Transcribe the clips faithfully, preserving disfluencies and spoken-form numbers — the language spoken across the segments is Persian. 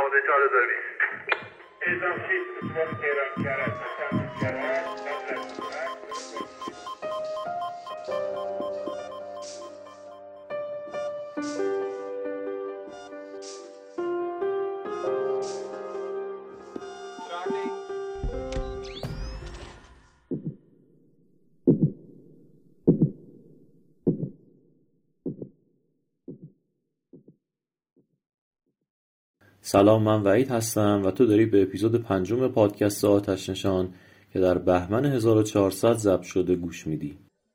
آماده چهار هزار و بیست. اعزام شید اتوبان تهران کرد تمدید کرد سلام، من وحید هستم و تو داری به اپیزود پنجم پادکست آتش نشان که در بهمن هزار و چهارصد ضبط شده گوش میدی.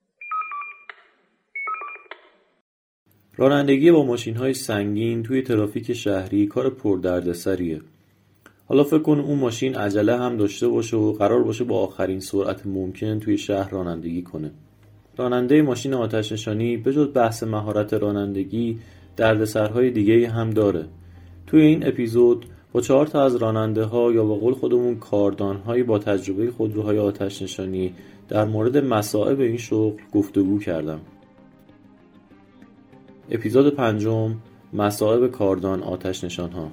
رانندگی با ماشین‌های سنگین توی ترافیک شهری کار پردردسریه. حالا فکر کن اون ماشین عجله هم داشته باشه و قرار باشه با آخرین سرعت ممکن توی شهر رانندگی کنه. راننده ماشین آتش نشانی به جز بحث مهارت رانندگی دردسرهای دیگه‌ای هم داره. توی این اپیزود با چهار تا از راننده ها یا با قول خودمون کاردان های با تجربه خودروهای آتش نشانی در مورد مصائب این شغل گفتگو کردم. اپیزود پنجم، مصائب کاردان آتش نشان ها.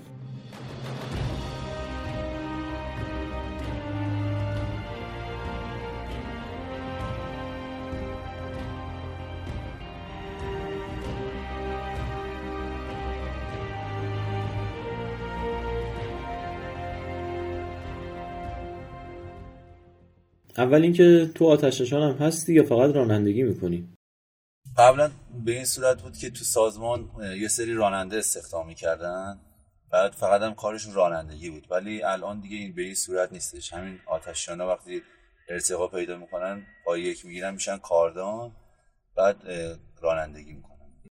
اول اینکه تو آتش نشان هم هستی یا فقط رانندگی میکنی؟ قبلا به این صورت بود که تو سازمان یه سری راننده استخدام میکردن، بعد فقط هم کارشون رانندگی بود، ولی الان دیگه این به این صورت نیستش. همین آتش نشانا وقتی ارتقا پیدا میکنن با یک میگیرن میشن کاردان، بعد رانندگی میکنن.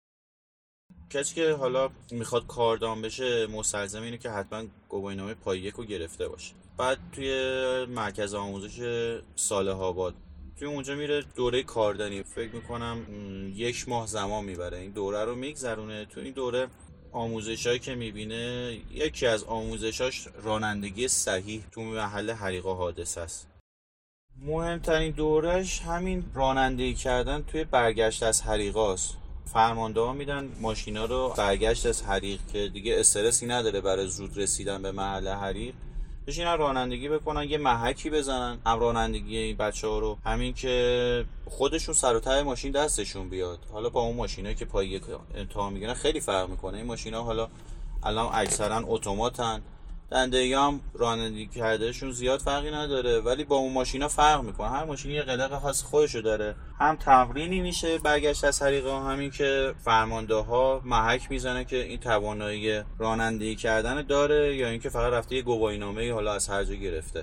کسی که حالا میخواد کاردان بشه مستلزم اینه که حتما گواهینامه پای یک رو گرفته باشه. بعد توی مرکز آموزش صالح آباد توی اونجا میره دوره کاردانی، فکر میکنم یک ماه زمان میبره، این دوره رو میگذرونه. تو این دوره آموزشایی که میبینه، یکی از آموزشاش رانندگی صحیح تو محل حریق و حادثه است. مهمترین دورش همین رانندگی کردن توی برگشت از حریقاست. فرمانده ها میدن ماشینا رو برگشت از حریق که دیگه استرسی نداره برای زود رسیدن به محل حریق، بشینن رانندگی بکنن، یه محکی بزنن هم رانندگی این بچه ها رو، همین که خودشون سر و ته ماشین دستشون بیاد. حالا با اون ماشینایی که پای یک امتحان میگیرن خیلی فرق میکنه. این ماشینا حالا الان اکثرا اتوماتن، دنده‌ای هم رانندگی کردهشون زیاد فرقی نداره، ولی با اون ماشینا فرق میکنه. هر ماشین یه قلق خاص خودشو داره. هم تمرینی میشه برگشت از حریقه، همین که فرمانده ها محک میزنه که این توانایی رانندگی کردن داره یا اینکه فقط رفته یه گواهینامه حالا از هر جا گرفته.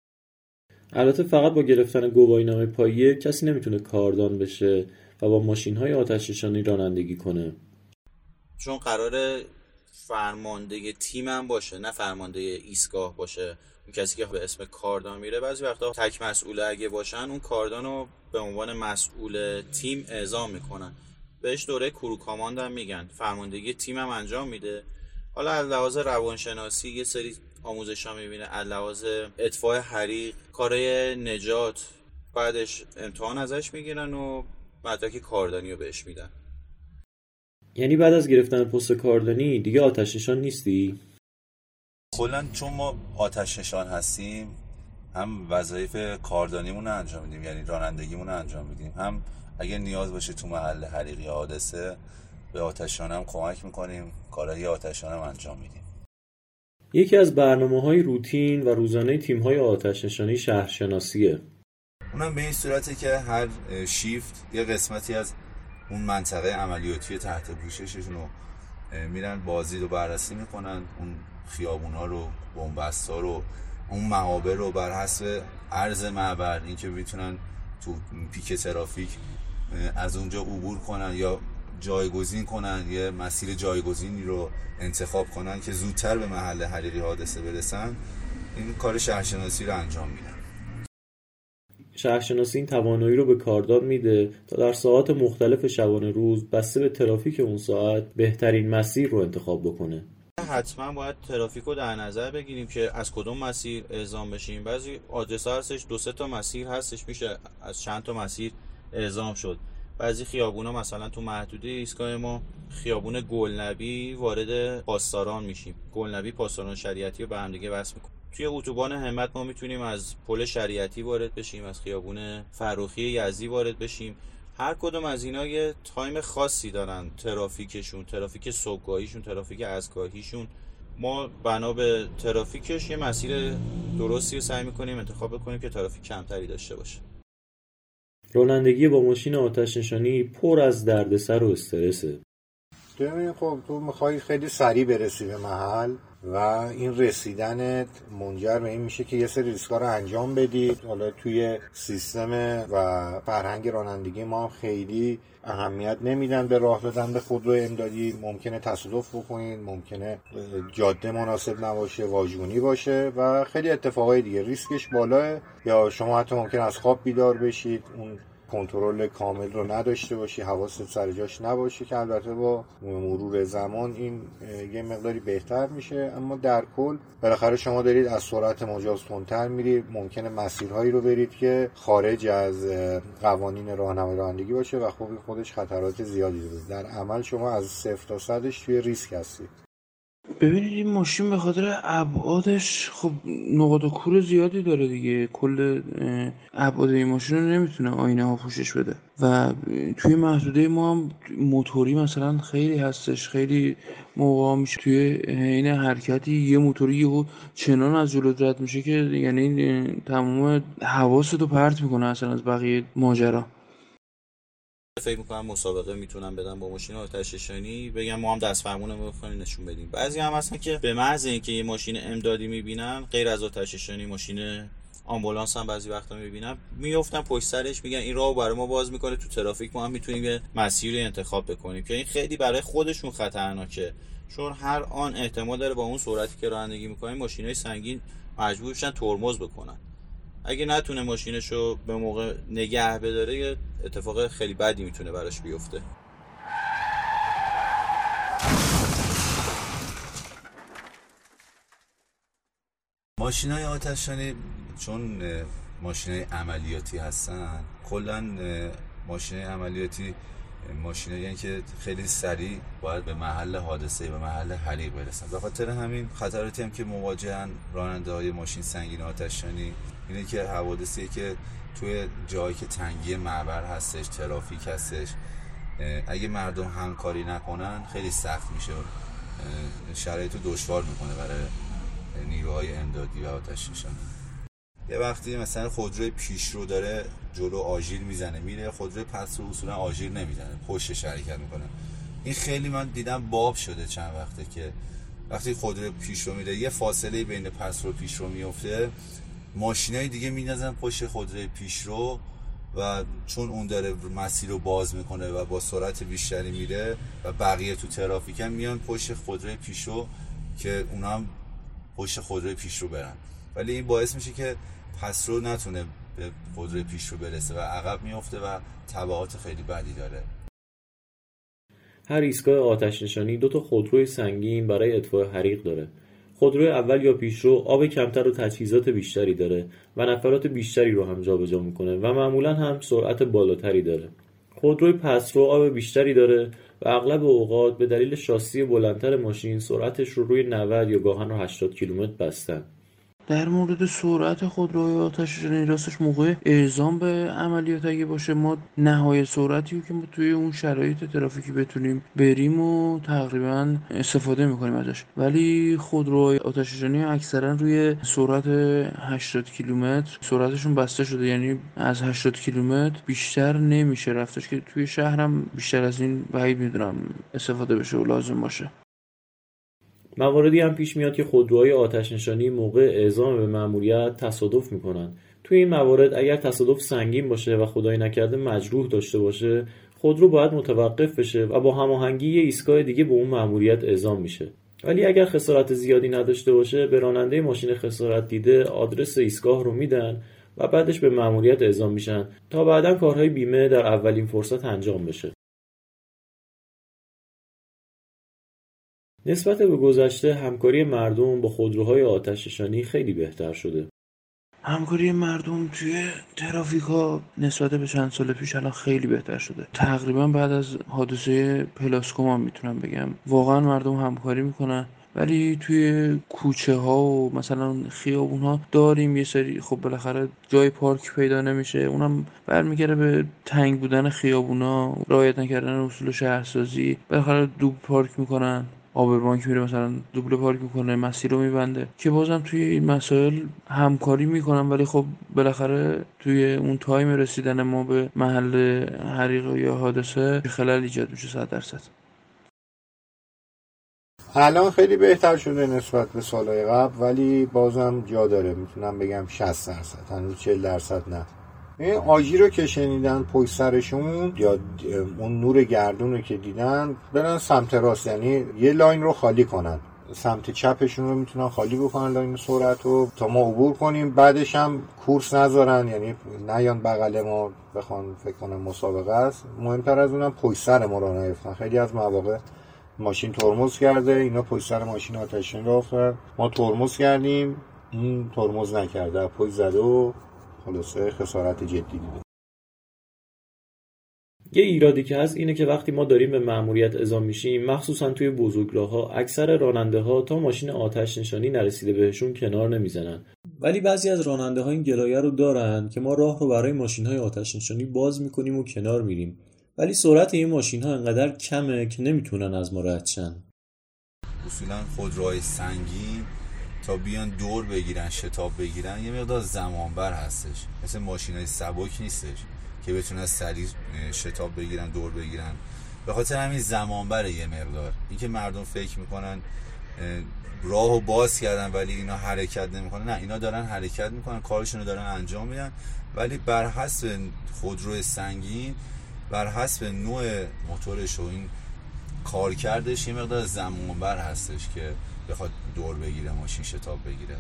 البته فقط با گرفتن گواهینامه پایه کسی نمیتونه کاردان بشه و با ماشین‌های آتش نشانی رانندگی کنه، چون قراره فرمانده تیم هم باشه، نه فرمانده ایستگاه باشه. اون کسی که به اسم کاردان میره بعضی وقتا تک مسئوله اگه باشن، اون کاردان رو به عنوان مسئول تیم اعزام میکنن، بهش دوره کروکاماند هم میگن. فرماندگی تیم هم انجام میده. حالا از لحاظ روانشناسی یه سری آموزش ها میبینه، از لحاظ اطفاء حریق، کارهای نجات، بعدش امتحان ازش میگیرن و مدرک کاردانی رو بهش میدن. یعنی بعد از گرفتن پست کاردانی دیگه آتش نشان نیستی؟ کلاً چون ما آتش نشان هستیم، هم وظایف کاردانیمون رو انجام میدیم، یعنی رانندگیمون رو انجام میدیم، هم اگه نیاز باشه تو محل حریق یا حادثه به آتش نشان هم کمک میکنیم، کارهای آتش نشان هم انجام میدیم. یکی از برنامه‌های روتین و روزانه تیم‌های آتش نشانی شهرشناسیه. اونم به این صورته که هر شیفت یه قسمتی از اون منطقه عملیاتی تحت پوشششون رو میرن بازدید و بررسی میکنن، اون خیابونا رو، بنبستا رو، اون معابر رو بر حسب عرض معبر، این که بتونن تو پیک ترافیک از اونجا عبور کنن یا جایگزین کنن، یه مسیر جایگزینی رو انتخاب کنن که زودتر به محل حریق حادثه برسن. این کار شهرشناسی رو انجام میدن. شهرشناسی این توانایی رو به کاردان میده تا در ساعات مختلف شبانه روز بسته به ترافیک اون ساعت بهترین مسیر رو انتخاب بکنه. حتما باید ترافیک رو در نظر بگیریم که از کدوم مسیر اعزام بشیم. بعضی آدرس‌ها هستش دو سه تا مسیر هستش، میشه از چند تا مسیر اعزام شد، بعضی خیابونا مثلا تو محدوده ایستگاه ما خیابون گلنبی وارد پاسداران میشیم، گلنبی پاسداران شریعتی رو به هم دیگه وصل میکنیم. توی اتوبان همت ما میتونیم از پل شریعتی وارد بشیم، از خیابون فرخی یزدی وارد بشیم. هر کدوم از اینا یه تایم خاصی دارن، ترافیکشون، ترافیک صبحگاهیشون، ترافیک عصرگاهیشون. ما بنا به ترافیکش یه مسیر درستی رو سعی میکنیم انتخاب بکنیم که ترافیک کمتری داشته باشه. رانندگی با ماشین آتش نشانی پر از دردسر و استرسه. ببین خب تو میخوای خیلی سریع برسی به محل و این رسیدنت منجر به این میشه که یه سری ریسکا رو انجام بدی. حالا توی سیستم و فرهنگ رانندگی ما هم خیلی اهمیت نمیدن به راه دادن به خودرو امدادی. ممکنه تصادف بکنید، ممکنه جاده مناسب نباشه، واژگونی باشه و خیلی اتفاقای دیگه. ریسکش بالاه، یا شما حتی ممکن از خواب بیدار بشید، اون کنترل کامل رو نداشته باشی، حواست سر جاش نباشه که البته با مرور زمان این یه مقداری بهتر میشه. اما در کل بالاخره شما دارید از سرعت مجاز تندتر میرید، ممکنه مسیرهایی رو برید که خارج از قوانین راهنمایی رانندگی باشه و خب این خودش خطرات زیادی داره. در عمل شما از صفر تا صدش توی ریسک هستید. ببینید این ماشین به خاطر ابعادش خب نقاط کور زیادی داره دیگه. کل ابعاد این ماشین رو نمیتونه آینه ها پوشش بده و توی محدوده ما هم موتوری مثلا خیلی هستش، خیلی موقع میشه توی این حرکتی یه موتوری یهو چنان از جلو رد میشه که یعنی تمام حواستو پرت میکنه اصلا از بقیه ماجرا. فکر میکنم مسابقه میتونن بدن با ماشین آتش نشانی، بگم ما هم دست فرمونمون رو نشون بدیم. بعضی هم هستن که به محض اینکه یه ماشین امدادی میبینن، غیر از آتش نشانی ماشین آمبولانس هم بعضی وقتا میبینن، میافتن پشت سرش میگن این راهو برای ما باز میکنه، تو ترافیک ما هم میتونیم یه مسیری انتخاب بکنیم که این خیلی برای خودشون خطرناکه، چون هر آن احتمال داره با اون سرعتی که رانندگی میکنن ماشینای سنگین مجبور بشن ترمز بکنن. اگه نتونه ماشینشو به موقع نگه بداره یه اتفاق خیلی بدی میتونه براش بیفته. ماشینای آتش‌نشانی چون ماشینای عملیاتی هستن، کلاً ماشینای عملیاتی ماشینایی یعنی که خیلی سریع باید به محل حادثه به محل حریق برسن. به خاطر همین خطراتی هم که مواجهن راننده‌های ماشین سنگین آتش‌نشانی اینه که حوادثی که توی جایی که تنگی معبر هستش، ترافیک هستش، اگه مردم همکاری نکنن خیلی سخت میشه، شرایط رو دشوار میکنه برای نیروهای امدادی و آتش نشانی. یه وقتی مثلا خودروی پیشرو داره جلو آژیر میزنه میره، خودروی پس رو اصولا آژیر نمیزنه، پشتش حرکت میکنه. این خیلی من دیدم باب شده چند وقته که وقتی خودروی پیشرو میره یه فاصله بین پس رو پیشرو میفته، ماشینای دیگه میندازن پشت خودروی پیشرو و چون اون داره مسیر رو باز میکنه و با سرعت بیشتری میره و بقیه تو ترافیک هم میان پشت خودروی پیشرو که اونا هم پشت خودروی پیشرو برن، ولی این باعث میشه که پسرو نتونه به خودروی پیشرو برسه و عقب میفته و تبعات خیلی بدی داره. هر ایستگاه آتش نشانی دو تا خودروی سنگین برای اطفاء حریق داره. خودروی اول یا پیشرو آب کمتر و تجهیزات بیشتری داره و نفرات بیشتری رو هم جابجا میکنه و معمولا هم سرعت بالاتری داره. خودروی پسرو آب بیشتری داره و اغلب اوقات به دلیل شاسی بلندتر ماشین سرعتش رو روی نود یا گاهن رو هشتاد کیلومتر بستن. در مورد سرعت خودروهای آتش نشانی راستش موقع اعزام به عملیات اگه باشه ما نهایت سرعتی رو که ما توی اون شرایط ترافیکی بتونیم بریم و تقریبا استفاده میکنیم ازش، ولی خودروهای آتش نشانی اکثرا روی سرعت هشتاد کیلومتر سرعتشون بسته شده، یعنی از هشتاد کیلومتر بیشتر نمیشه رفتش که توی شهرم بیشتر از این بعید میدونم استفاده بشه و لازم باشه. مواردی هم پیش میاد که خودروهای آتش نشانی موقع اعزام به مأموریت تصادف میکنن. توی این موارد اگر تصادف سنگین باشه و خدای نکرده مجروح داشته باشه، خودرو باید متوقف بشه و با هماهنگی یه ایستگاه دیگه به اون مأموریت اعزام میشه. ولی اگر خسارت زیادی نداشته باشه، به راننده ماشین خسارت دیده آدرس ایستگاه رو میدن و بعدش به مأموریت اعزام میشن تا بعداً کارهای بیمه در اولین فرصت انجام بشه. نسبت به گذشته همکاری مردم با خودروهای آتش نشانی خیلی بهتر شده. همکاری مردم توی ترافیکا نسبت به چند سال پیش الان خیلی بهتر شده. تقریبا بعد از حادثه پلاسکوم هم میتونم بگم واقعا مردم همکاری میکنن، ولی توی کوچه ها و مثلا خیابون ها داریم یه سری خب بالاخره جای پارک پیدا نمیشه، اونم برمیگره به تنگ بودن خیابونا، رعایت نکردن اصول شهرسازی. بالاخره دوب پارک میکنن، آبر بانک میره مثلا دوبله پارک میکنه، مسیر رو میبنده، که بازم توی این مسائل همکاری میکنن، ولی خب بالاخره توی اون تایم رسیدن ما به محل حریق یا حادثه خلل ایجاد میشه صد درصد. الان خیلی بهتر شده نسبت به سالهای قبل، ولی بازم جا داره، میتونم بگم شصت درصد، هنوز چهل درصد نه. این آجی رو که شنیدن پشت سرشون یا اون نور گردون رو که دیدن برن سمت راست، یعنی یه لاین رو خالی کنن، سمت چپشون رو میتونن خالی بکنن لاین سرعت رو تا ما عبور کنیم. بعدش هم کورس نذارن، یعنی نیان بغل ما بخوان فکر کنم مسابقه است. مهمتر از اونم پشت سر ما رو نیفتن. خیلی از مواقع ماشین ترمز کرده، اینا پشت سر ماشین آتش نشانی افتاد، ما ترمز کردیم این ترمز نکرده، پشت زده و خلاصه خسارت جدی دیده. یه ایرادی که هست اینه که وقتی ما داریم به مأموریت اعزام میشیم، مخصوصا توی بزرگراه‌ها، اکثر راننده‌ها تا ماشین آتش نشانی نرسیده بهشون کنار نمیزنن. ولی بعضی از راننده‌ها این گلایه رو دارن که ما راه رو برای ماشین‌های آتش نشانی باز می‌کنیم و کنار میریم، ولی سرعت این ماشین‌ها انقدر کمه که نمیتونن از ما رد شن. اصولا خودروهای سنگین تا بیان دور بگیرن، شتاب بگیرن، یه مقدار زمانبر هستش. مثل ماشینای سبک نیستش که بتونن سریع شتاب بگیرن، دور بگیرن. به خاطر همین زمانبره یه مقدار. اینکه مردم فکر میکنن راهو باز کردن ولی اینا حرکت نمیکنن، نه، اینا دارن حرکت میکنن، کارشون رو دارن انجام میدن، ولی بر حسب خودرو سنگین، بر حسب نوع موتورش و این کارکردش یه مقدار زمانبر هستش که بخواد دور بگیره، ماشین شتاب بگیره.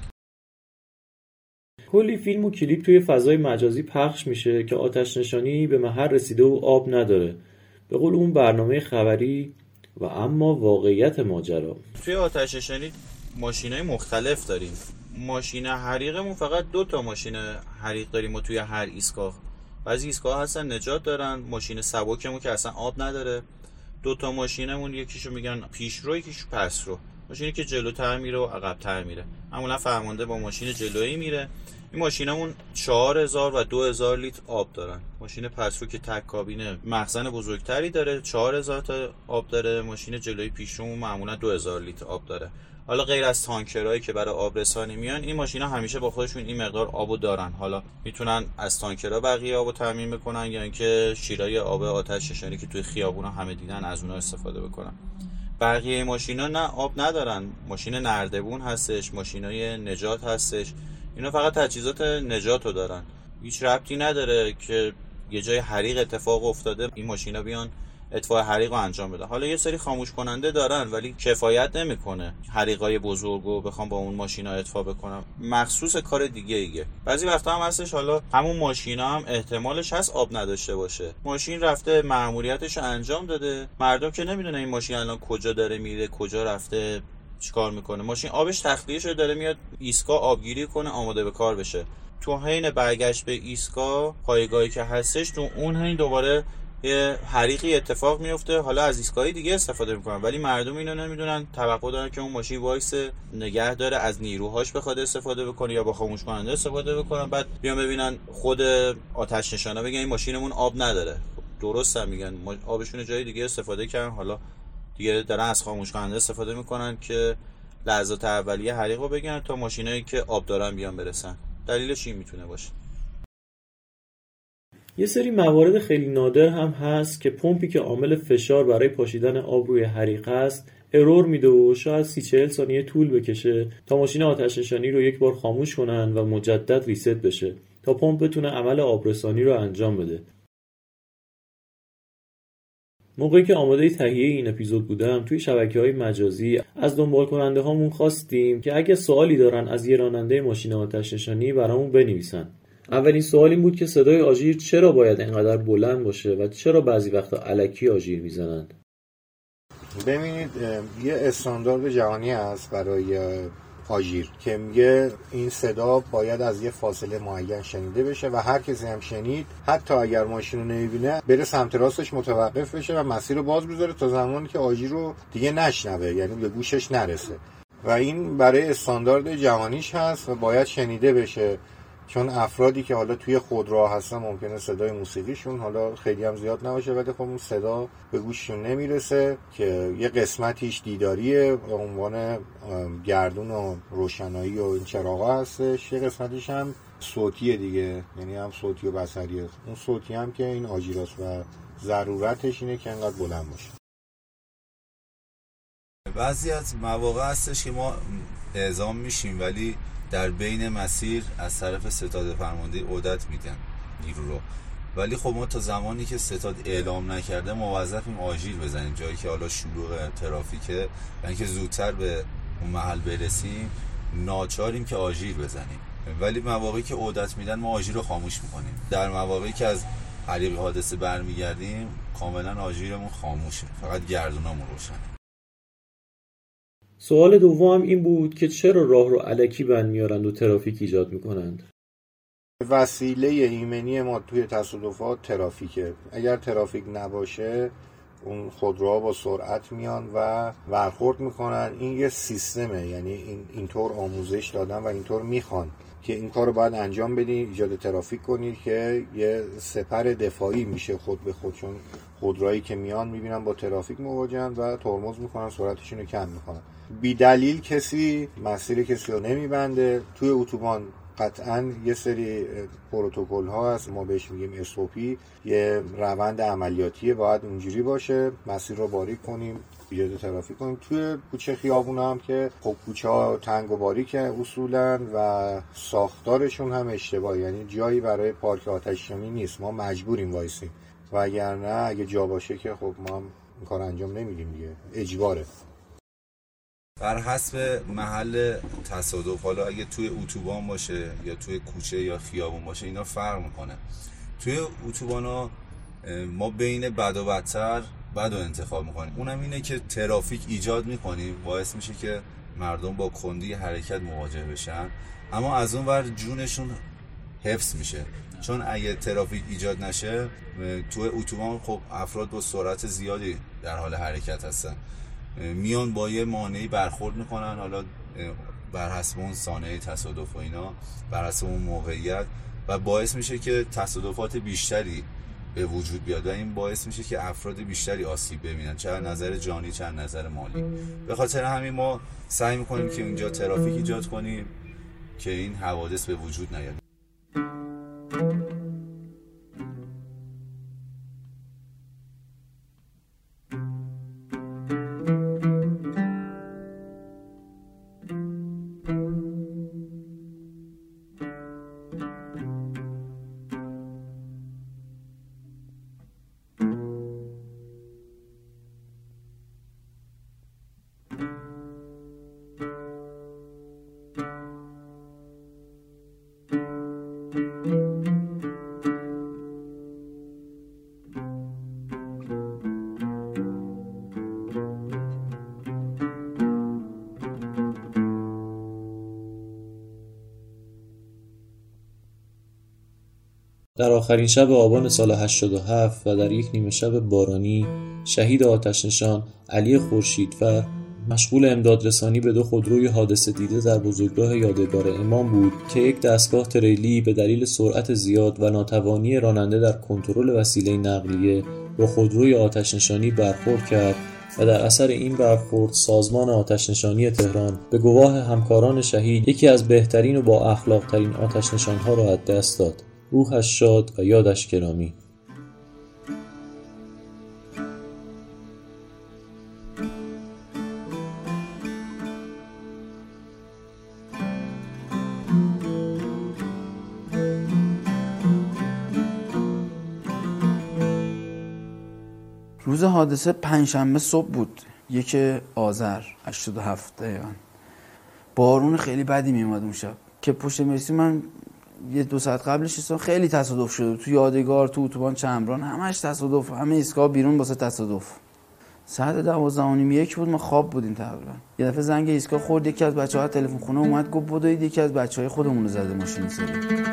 کلی فیلم و کلیپ توی فضای مجازی پخش میشه که آتش نشانی به محل رسیده و آب نداره، به قول اون برنامه خبری. و اما واقعیت ماجرا توی آتش نشانی ماشینای مختلف داریم. ماشین حریقمون فقط دو تا ماشین حریق داریم و توی هر ایستگاه. بعضی ایستگاه هستن نجات دارن. ماشین سبکمون که اصلا آب نداره. دو تا ماشینمون یکیشو میگن پیشرو، یکیشو پسرو. ماشینی که جلوتر میره و عقب‌تر میره. معمولا فرمانده با ماشین جلویی میره. این ماشینمون چهار هزار و دو هزار لیتر آب دارن. ماشین پسرو که تک کابینه مخزن بزرگتری داره، چهار هزار تا آب داره. ماشین جلویی پیشرو معمولا دو هزار لیتر آب داره. حالا غیر از تانکرایی که برای آب رسانی میان، این ماشینا همیشه با خودشون این مقدار آبو دارن. حالا میتونن از تانکرها بقیه آبو تامین بکنن یا اینکه شیرای آب آتش نشانی که توی خیابونا همه دیدن از اونها استفاده بکنن. بقیه ماشینا نه آب ندارن. ماشین نردبون هستش، ماشینای نجات هستش. اینا فقط تجهیزات نجات رو دارن. هیچ ربطی نداره که یه جای حریق اتفاق افتاده این ماشینا بیان اطفاء حریق رو انجام بدن. حالا یه سری خاموش کننده دارن ولی کفایت نمیکنه حریقای بزرگو بخوام با اون ماشینا اطفاء بکنم، مخصوص کار دیگه ایه. بعضی وقتا هم هستش حالا همون ماشینا هم احتمالش هست آب نداشته باشه. ماشین رفته مأموریتش رو انجام داده، مردم که نمیدونه این ماشین الان کجا داره میره، کجا رفته، چیکار میکنه. ماشین آبش تخلیه شده داره میاد ایستگاه آبگیری کنه، آماده به کار بشه. تو حین برگشت به ایستگاه پایگاهی که هستش، تو اون حین دوباره یه حریقی اتفاق میفته. حالا از ایستگاهی دیگه استفاده میکنن ولی مردم اینو نمیدونن، توقع دارن که اون ماشین وایس نگه داره، از نیروهاش بخواد استفاده بکنه یا با خاموش کننده استفاده بکنن، بعد بیان ببینن خود آتش نشانا بگن این ماشینمون آب نداره. درست هم میگن، آبشون جای دیگه استفاده کردن، حالا دیگه دارن از خاموش کننده استفاده میکنن که لحظات اولیه حریق رو بگیرن تا ماشینایی که آب دارن بیان برسن. دلیلش این میتونه باشه. یه سری موارد خیلی نادر هم هست که پمپی که عامل فشار برای پاشیدن آب روی حریق است ارور میده و شاید سی چهل ثانیه طول بکشه تا ماشین آتش نشانی رو یک بار خاموش کنن و مجدد ریست بشه تا پمپ بتونه عمل آبرسانی رو انجام بده. موقعی که آماده تهیه این اپیزود بودم توی شبکه‌های مجازی از دنبال کننده هامون خواستیم که اگه سوالی دارن از یه راننده ماشین آتش نشانی برامون بنویسن. اولین سوال این بود که صدای آژیر چرا باید اینقدر بلند باشه و چرا بعضی وقتا الکی آژیر میزنند؟ ببینید یه استاندارد جهانی هست برای آژیر که میگه این صدا باید از یه فاصله معین شنیده بشه و هر کسی هم شنید حتی اگر ماشین رو نمیبینه بره سمت راستش متوقف بشه و مسیر رو باز بذاره تا زمانی که آژیر رو دیگه نشنوه، یعنی به گوشش نرسه. و این برای استاندارد جهانیش هست و باید شنیده بشه، چون افرادی که حالا توی خودروها هستن ممکنه صدای موسیقیشون حالا خیلی هم زیاد نباشه ولی خب اون صدا به گوششون نمیرسه که یه قسمتیش دیداریه به عنوان گردون و روشنایی و این چراغا هستش، یه قسمتیش هم صوتیه دیگه، یعنی هم صوتی و بصریه. اون صوتی هم که این آژیراست و ضرورتش اینه که انقدر بلند باشه. بعضی از مواقع هستش که ما اعزام میشیم ولی در بین مسیر از طرف ستاد فرمانده عدت میدن نیرو رو، ولی خب ما تا زمانی که ستاد اعلام نکرده موظفیم آژیر بزنیم جایی که حالا شلوغ ترافیکه و اینکه زودتر به اون محل برسیم ناچاریم که آژیر بزنیم. ولی مواقعی که عدت میدن ما آژیر رو خاموش میکنیم. در مواقعی که از حریق حادثه برمیگردیم کاملا آژیرمون خاموشه، فقط گردونامون روشنه. سوال دوم این بود که چرا راه رو الکی بند میارند و ترافیک ایجاد میکنند؟ وسیله ایمنی ما توی تصادفات ترافیکه. اگر ترافیک نباشه اون خودروها با سرعت میان و برخورد میکنن. این یه سیستمه، یعنی این اینطور آموزش دادن و اینطور میخوان که این کار رو باید انجام بدین، ایجاد ترافیک کنید که یه سپر دفاعی میشه خود به خود، چون خودروهایی که میان میبینن با ترافیک مواجهن و ترمز میکنن، سرعتشون رو کم میکنن. بی دلیل کسی مسیر کسی رو نمیبنده. توی اتوبان قطعاً یه سری پروتکل ها هست، ما بهش میگیم اس او پی، یه روند عملیاتیه، باید اونجوری باشه، مسیر رو باریک کنیم، ایجاد ترافیک کنیم. توی کوچه خیابون هم که خب کوچه ها تنگ و باریکه اصولاً و ساختارشون هم اشتباهی، یعنی جایی برای پارک آتش‌نشانی نیست، ما مجبوریم وایسیم و اگر نه اگه جا باشه که خب ما هم این کار انجام نمیدیم دیگه، اجباره. بر حسب محل تصادف، حالا اگه توی اتوبان باشه یا توی کوچه یا خیابون باشه اینا فرق میکنه. توی اتوبانا ما بین بد و بدتر بد و انتخاب میکنیم، اونم اینه که ترافیک ایجاد میکنیم باعث میشه که مردم با کندی حرکت مواجه بشن، اما از اون ور جونشون حفظ میشه، چون اگه ترافیک ایجاد نشه توی اتوبان خب افراد با سرعت زیادی در حال حرکت هستن، میان با یه مانعی برخورد میکنن، حالا بر حسب اون سانحه تصادف و اینا، بر حسب اون موقعیت، و باعث میشه که تصادفات بیشتری به وجود بیاد و این باعث میشه که افراد بیشتری آسیب ببینن، چه از نظر جانی چه از نظر مالی. به خاطر همین ما سعی میکنیم که اینجا ترافیک ایجاد کنیم که این حوادث به وجود نیاد. در آخرین شب آبان سال هشتاد و هفت و در یک نیمه شب بارانی، شهید آتش‌نشان علی خورشیدفر مشغول امدادرسانی به دو خودروی حادثه دیده در بزرگراه یادگار امام بود که یک دستگاه تریلی به دلیل سرعت زیاد و ناتوانی راننده در کنترل وسیله نقلیه با خودروی آتش‌نشانی برخورد کرد و در اثر این برخورد سازمان آتش‌نشانی تهران به گواه همکاران شهید یکی از بهترین و با اخلاق‌ترین آتش‌نشان‌ها را از دست داد. روحش شاد و یادش گرامی. روز حادثه پنجشنبه صبح بود، یک آذر هشتاد و هفت دقیقاً. بارون خیلی بدی میومد اون شب که پشت میرسی من یه دو ساعت قبلش اصلا خیلی تصادف شده تو یادگار، تو اتوبان چمران، همش تصادف، همه ایستگاه بیرون واسه تصادف. ساعت دوازده و نیم یک بود، ما خواب بودیم تقریبا. یه دفعه زنگ ایستگاه خورد، یکی از بچه‌ها تلفن خونه اومد گفت بدوید یکی از بچه‌های خودمون رو زده ماشین سری.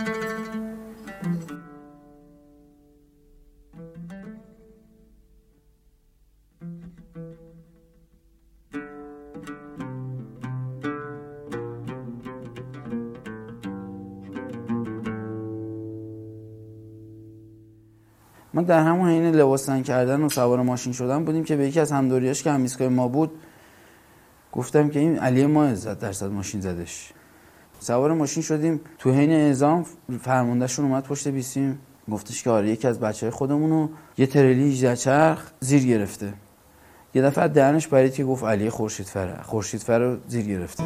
ما در همون حین لباس تن کردن و سوار ماشین شدن بودیم که به یکی از همدوریاش که همیستگاه ما بود گفتم که این علی ما صد درصد ماشین زدش. سوار ماشین شدیم، تو حین اعزام فرماندهشون اومد پشت بیسیم گفتش که آره یکی از بچهای خودمونو یه تریلی هجده چرخ زیر گرفته. یه دفعه دهنش پرید که گفت علی خورشیدفر خورشیدفر رو زیر گرفته.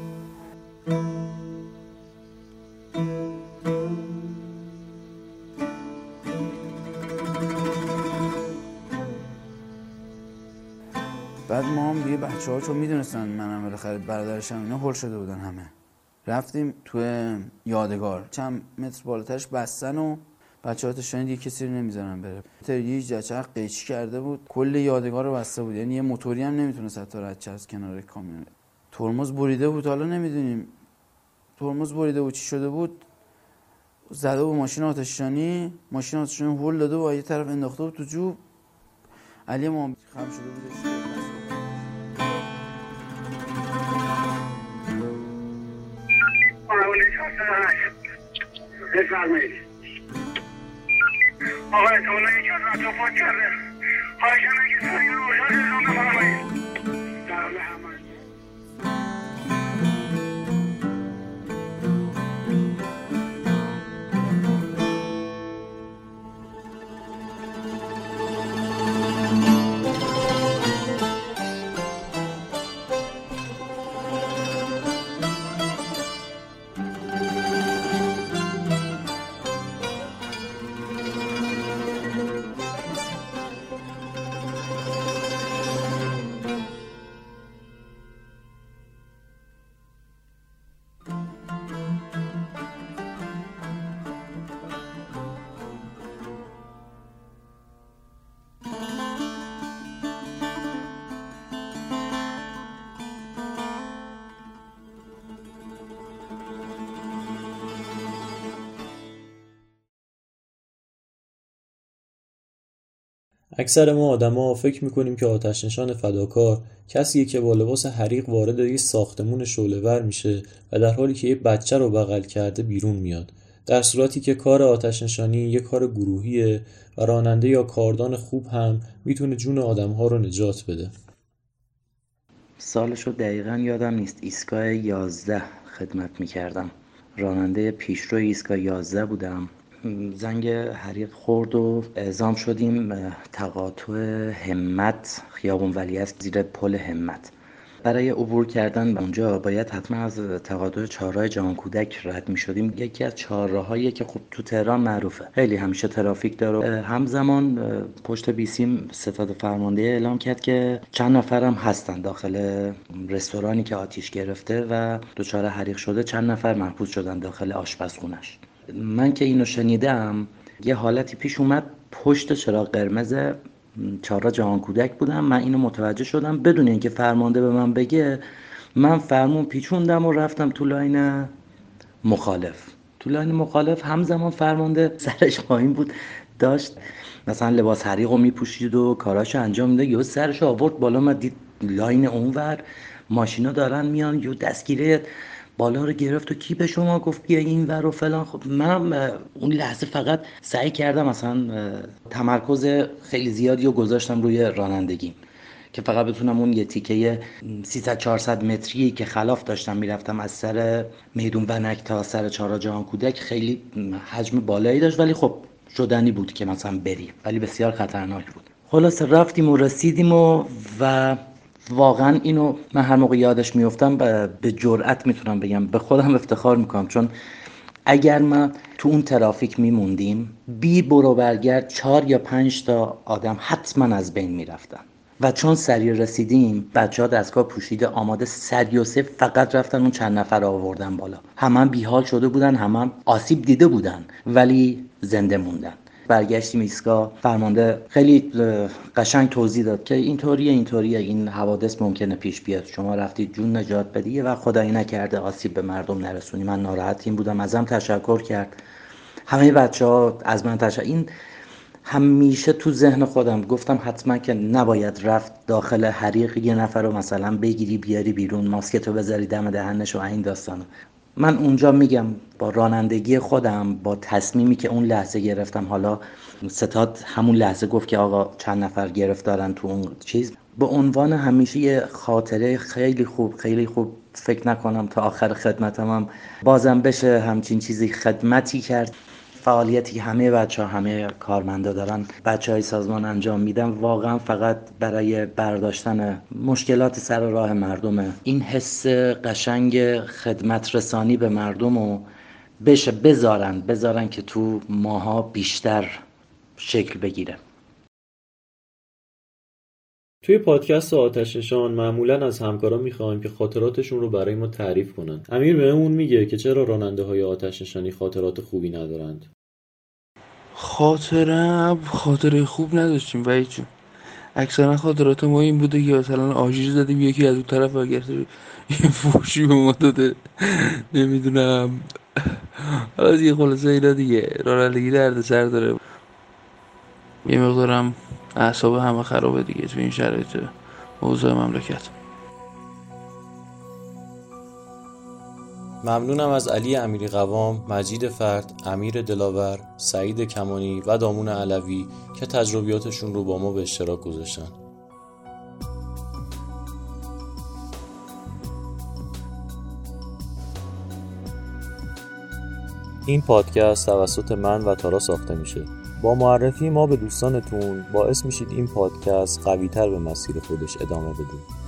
بعد ما هم دیگه بچه ها چون میدونستن منم بالاخره برادرشم اینا هول شده بودن همه. رفتیم توی یادگار، چند متر بالاترش بستن و بچه ها تشنه دیگه کسی رو نمیذارن بره. تریلی جچرخ قیچی کرده بود، کل یادگار رو بسته بود، یعنی یه موتوری هم نمیتونست حتی رد شه از کنار کامیون. ترمز بریده بود، حالا نمیدونیم ترمز بریده بود چی شده بود، زده بود ماشین آتش‌نشانی، ماشین آتش‌نشانی هول داده و یه طرف انداخته بود تو جوب. علی ما خم شده بودش. بفرمایید. آقا احتمالا یکی از بچه‌ها فوت کرده. خواهشاً اگه سریع روشن اعلام بفرمایید. در حال عمل. اکثر ما آدما فکر میکنیم که آتش نشان فداکار کسیه که با لباس حریق وارد یه ساختمون شعله‌ور میشه و در حالی که یه بچه رو بغل کرده بیرون میاد، در صورتی که کار آتش نشانی یه کار گروهیه و راننده یا کاردان خوب هم میتونه جون آدم‌ها رو نجات بده. سالشو دقیقاً یادم نیست، ایستگاه یازده خدمت میکردم، راننده پیشرو ایستگاه یازده بودم. زنگ حریق خورد و اعزام شدیم تقاطع همت، خیابون ولیعصر زیر پل همت. برای عبور کردن به اونجا باید حتما از تقاطع چهارراه جهان کودک رد می شدیم. یکی از چهارراهایی که خب تو تهران معروفه، خیلی همیشه ترافیک داره. همزمان پشت بیسیم ستاد فرمانده اعلام کرد که چند نفرم هستن داخل رستورانی که آتیش گرفته و دچار حریق شده، چند نفر محبوس شدن داخل آشپزخونش. من که اینو شنیدم یه حالتی پیش اومد، پشت چراغ قرمز چهارراه جهان کودک بودم، من اینو متوجه شدم بدون اینکه فرمانده به من بگه. من فرمون پیچوندم و رفتم تو لاین مخالف. تو لاین مخالف همزمان فرمانده سرش پایین بود، داشت مثلا لباس حریقو میپوشید و کاراشو انجام میداد، یهو سرش آورد بالا، من دید لاین اونور ماشینا دارن میان، یهو دستگیره بالا رو گرفت و کی به شما گفت بیا این ور و فلان. خب من اون لحظه فقط سعی کردم مثلا تمرکز خیلی زیادی رو گذاشتم روی رانندگی که فقط بتونم اون یه تیکه سیصد چهارصد متری که خلاف داشتم میرفتم از سر میدون ونک تا سر چهارراه جهان کودک، خیلی حجم بالایی داشت ولی خب شدنی بود که مثلا بریم، ولی بسیار خطرناک بود. خلاص رفتیم و رسیدیم و و واقعا اینو من هر موقع یادش میافتم به جرئت میتونم بگم، به خودم افتخار میکنم، چون اگر ما تو اون ترافیک میموندیم بی برو برگرد چهار یا پنج تا آدم حتما از بین میرفتن. و چون سریع رسیدیم بچه‌ها دستگاه پوشیده آماده سریع و سیف فقط رفتن اون چند نفر رو آوردن بالا. همه بیحال شده بودن، همه آسیب دیده بودن ولی زنده موندن. برگشتیم ایستگاه، فرمانده خیلی قشنگ توضیح داد که اینطوریه اینطوریه این حوادث ممکنه پیش بیاد، شما رفتید جون نجات بدی و خدایی نکرده آسیب به مردم نرسونی. من ناراحتیم بودم، ازم تشکر کرد، همه بچه‌ها از من تشکر. این همیشه تو ذهن خودم گفتم حتما که نباید رفت داخل حریق یه نفر رو مثلا بگیری بیاری بیرون، ماسکتو بذاری دم دهنش و این داستانا. من اونجا میگم با رانندگی خودم، با تصمیمی که اون لحظه گرفتم، حالا ستاد همون لحظه گفت که آقا چند نفر گرفتارن تو اون چیز، به عنوان همیشه یه خاطره خیلی خوب خیلی خوب فکر نکنم تا آخر خدمتم هم بازم بشه همچین چیزی خدمتی کرد. فعالیتی که همه بچه‌ها همه کارمندا دارن، بچه‌های سازمان انجام میدن، واقعا فقط برای برداشتن مشکلات سر راه مردمه. این حس قشنگ خدمت رسانی به مردمو بشه بذارن بذارن که تو ماها بیشتر شکل بگیره. توی پادکست آتش نشان معمولاً از همکارا میخوایم که خاطراتشون رو برای ما تعریف کنن. امیر بهمون میگه که چرا راننده‌های آتش نشانی خاطرات خوبی ندارند. خاطره خاطره خوب نداشتیم وحید جون. اکثرا خاطرات ما این بوده که مثلا آژیر زدیم یکی از اون طرف برگشته یه فوشی به ما داده، نمیدونم. حالا دیگه خلاصه اینا دیگه رانندگی دردسر داره، یه مقدارم اعصاب همه خرابه دیگه تو این شرایط اوضاع مملکت. ممنونم از علی امیری قوام، مجید فرد، امیر دلاور، سعید کمانی و دامون علوی که تجربیاتشون رو با ما به اشتراک گذاشتن. این پادکست توسط من و تارا ساخته میشه. با معرفی ما به دوستانتون باعث میشید این پادکست قوی‌تر به مسیر خودش ادامه بده.